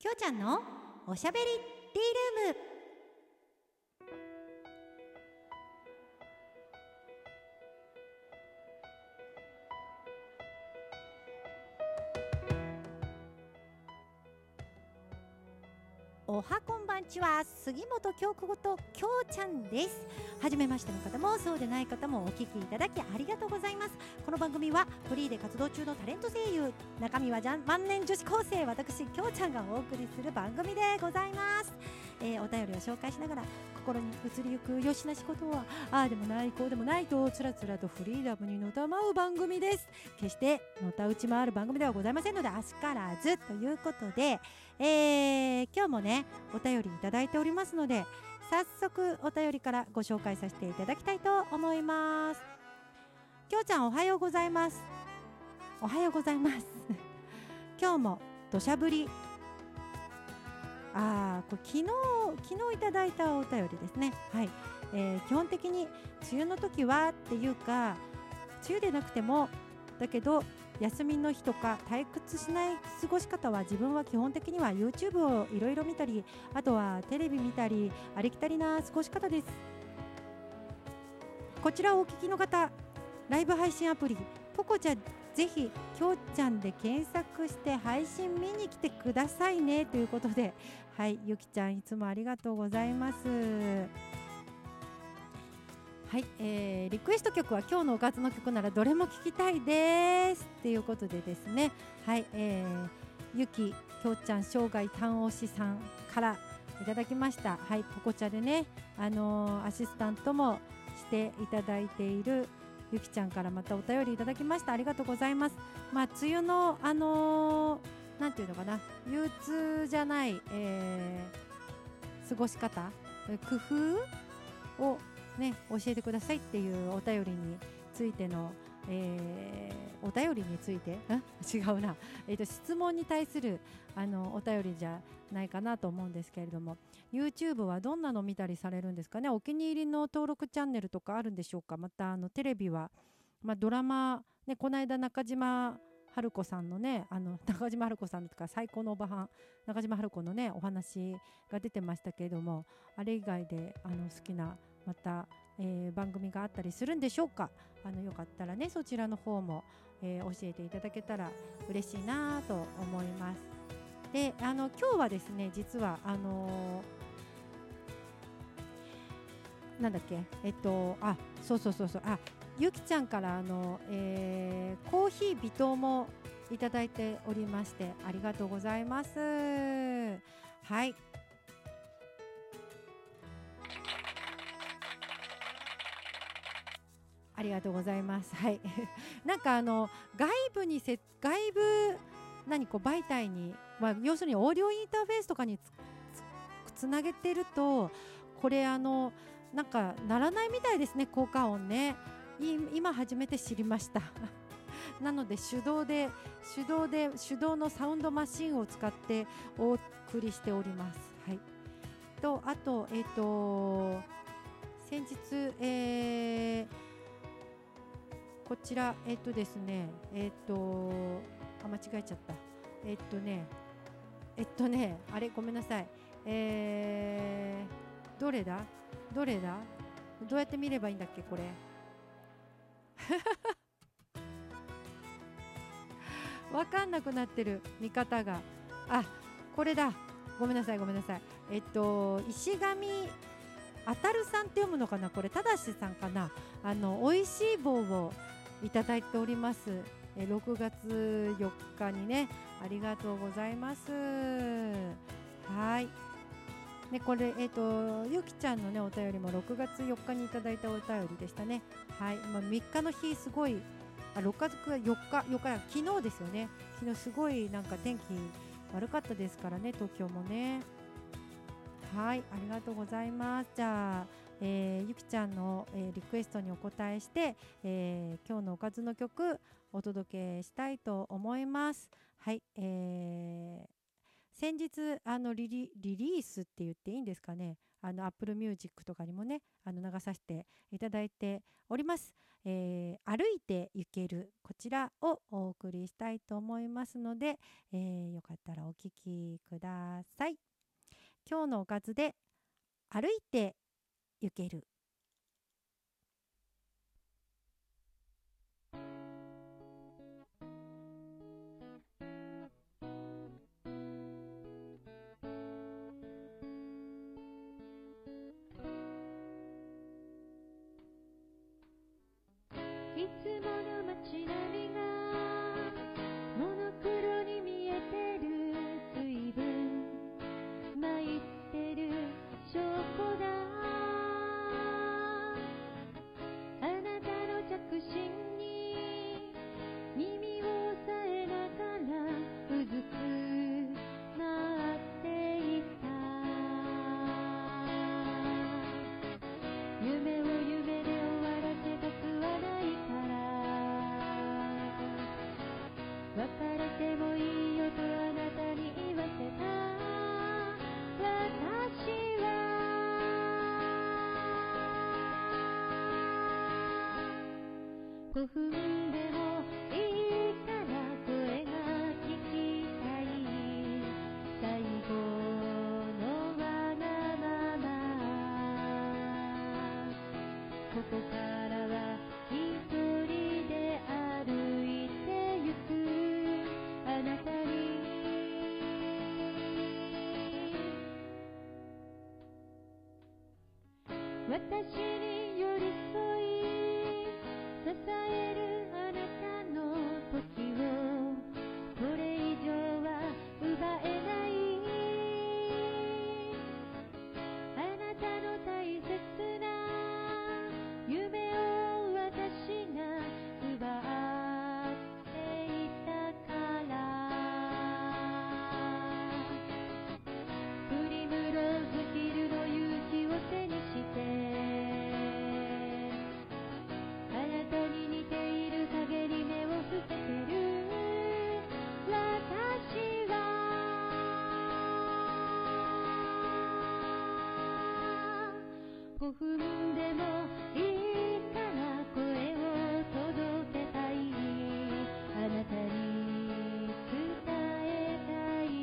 きょうちゃんのおしゃべりティールーム。おはこんばんちは、杉本京子こときょうちゃんです。初めましての方もそうでない方もお聞きいただきありがとうございます。この番組はフリーで活動中のタレント声優、中身は万年女子高生、私きょうちゃんがお送りする番組でございます。お便りを紹介しながら心に移りゆくよしなしことはああでもないこうでもないとつらつらとフリーダムにのたまう番組です。決してのたうち回る番組ではございませんのであしからずということで、今日もねお便りいただいておりますので、早速お便りからご紹介させていただきたいと思います。きょうちゃんおはようございます。おはようございます今日も土砂降り、これ昨日いただいたお便りですね。はい、基本的に梅雨の時はっていうか、梅雨でなくてもだけど休みの日とか退屈しない過ごし方は、自分は基本的には YouTube をいろいろ見たり、あとはテレビ見たり、ありきたりな過ごし方です。こちらをお聞きの方、ライブ配信アプリポコチャぜひきょうちゃんで検索して配信見に来てくださいねということで、はい、ゆきちゃんいつもありがとうございます。はい、リクエスト曲は今日のおかずの曲ならどれも聴きたいですっていうことでですね、はい、ゆききょうちゃん生涯単推しさんからいただきました。はい、ポコチャでね、アシスタントもしていただいているゆきちゃんからまたお便りいただきました。ありがとうございます。梅雨のなんていうのかな、憂鬱じゃない、過ごし方、工夫をね教えてくださいっていうお便りについての、お便りについて違うな、質問に対するお便りじゃないかなと思うんですけれども、 YouTube はどんなの見たりされるんですかね。お気に入りの登録チャンネルとかあるんでしょうか。またテレビは、ドラマ、ね、この間中島春子さんのね、中島春子さんとか最高のおばはん中島春子のねお話が出てましたけれども、あれ以外で好きなまた、番組があったりするんでしょうか。よかったらねそちらの方も、教えていただけたら嬉しいなと思います。で今日はですね、実はなんだっけ、そうゆきちゃんからコーヒー微糖もいただいておりまして、ありがとうございます。はい、ありがとうございます。はいなんか外部媒体に、要するにオーディオインターフェースとかにつなげてると、これなんかならないみたいですね、効果音ね。今初めて知りましたなので手動のサウンドマシンを使ってお送りしております。はい、あと先日、こちらですね、間違えちゃった。あれごめんなさい。どれだどうやって見ればいいんだっけこれわかんなくなってる、見方が。これだ、ごめんなさい。石上あたるさんって読むのかな、これただしさんかな。おいしい棒をいただいております。6月4日にね、ありがとうございます。はいね、これゆきちゃんのねお便りも6月4日にいただいたお便りでしたね。はい、3日の日すごい、6月4日昨日ですよね。昨日すごいなんか天気悪かったですからね、東京もね。はい、ありがとうございます。じゃあ、ゆきちゃんの、リクエストにお答えして、今日のおかずの曲お届けしたいと思います。はい、 先日リリースって言っていいんですかね、Apple Music とかにもね流させていただいております。歩いて行ける、こちらをお送りしたいと思いますので、よかったらお聴きください。今日のおかずで歩いて行ける。 いつもの街並みがモノクロに見えてる、随分参ってる証拠だ。あなたの着信に耳を押さえながらうずくなっていた。夢を夢で終わらせたくはないから、別れてもいいよとあなたに言わせた。私は5分でもいいから声が聞きたい、最後のわがまま。ここからは一人で歩いてゆくあなたに、私に寄り添い支えるあなたの時をこれ以上は奪えない。あなたの大切な夢を私が奪っていたから、プリムローズヒルの勇気を手にしてあなたに似ている影に目を伏せてる。私は5分でもいいから声を届けたい、あなたに伝えたい。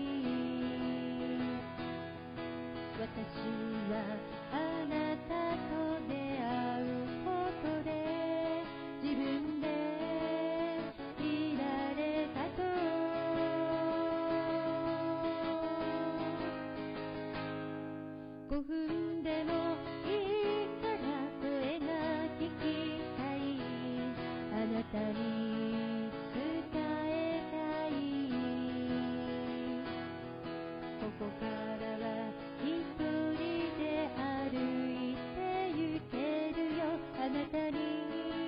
私はあなたと出会うことで自分でいられたと。5分でもいいから声が聞きたい、あなたに伝えたい。ここからは一人で歩いて行けるよあなたに、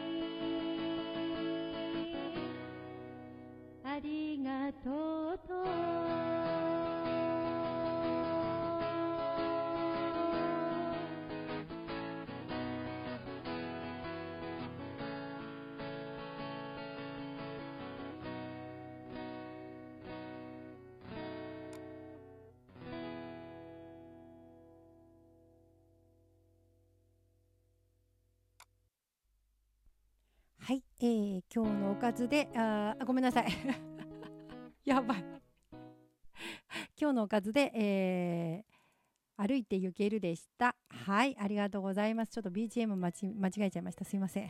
ありがとうと。 はい、今日のおかずでごめんなさいやばい今日のおかずで、歩いて行けるでした。はい、ありがとうございます。ちょっと BGM 間違えちゃいました。すいません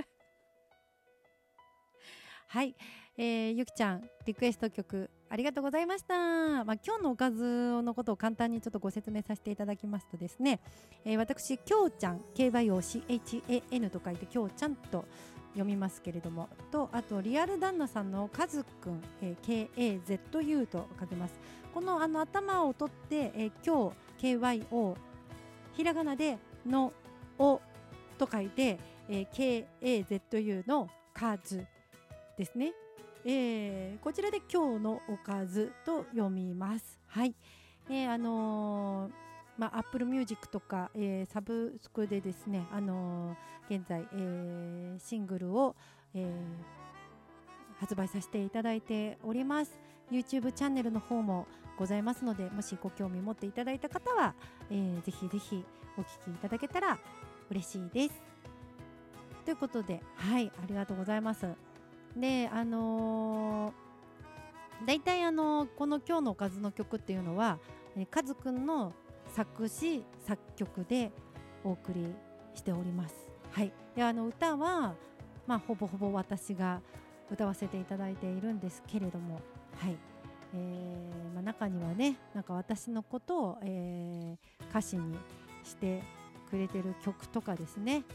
はい、ゆきちゃんリクエスト曲ありがとうございました。今日のおかずのことを簡単にちょっとご説明させていただきますとですね、私きょうちゃん KYOCHAN と書いてきょうちゃんと読みますけれども、とあとリアル旦那さんのかずくん、KAZU と書きます。この頭を取って、今日 KYO ひらがなでのおと書いて、KAZU のかずですね。こちらで今日のおかずと読みます。はい。Apple Music とか、サブスクでですね、現在、シングルを、発売させていただいております。 YouTube チャンネルの方もございますので、もしご興味持っていただいた方は、ぜひぜひお聞きいただけたら嬉しいです。ということで、はい、ありがとうございます。で、だいたいこの今日のおかずの曲っていうのは、カズくんの作詞作曲でお送りしております。はい、で歌は、ほぼほぼ私が歌わせていただいているんですけれども、はい、中にはね、なんか私のことを、歌詞にしてくれてる曲とかですね、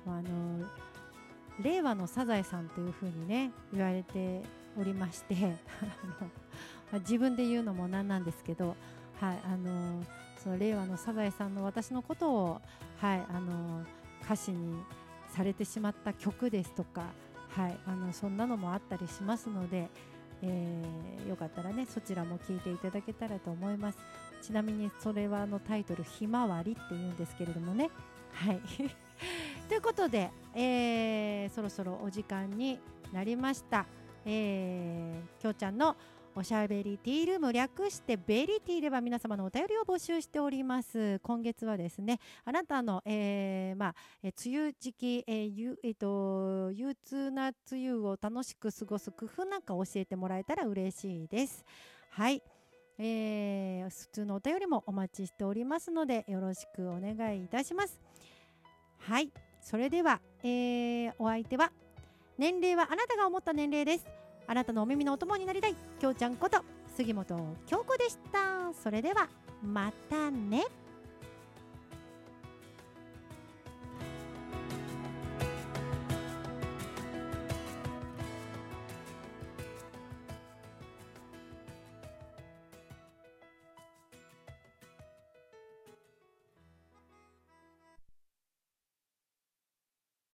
令和のサザエさんというふうにね言われておりまして自分で言うのもなんなんですけど、はい、その令和のサザエさんの私のことを、はい、歌詞にされてしまった曲ですとか、はい、そんなのもあったりしますので、よかったらねそちらも聞いていただけたらと思います。ちなみにそれはタイトルひまわりっていうんですけれどもね、はいということで、そろそろお時間になりました。きょうちゃんのおしゃべりティールーム、略してベリティでは皆様のお便りを募集しております。今月はですね、あなたの、梅雨時期、憂鬱な梅雨を楽しく過ごす工夫なんか教えてもらえたら嬉しいです。はい、普通のお便りもお待ちしておりますのでよろしくお願いいたします。はい、それでは、お相手は年齢はあなたが思った年齢です。あなたのお耳のお供になりたいきょうちゃんこと杉本京子でした。それではまたね。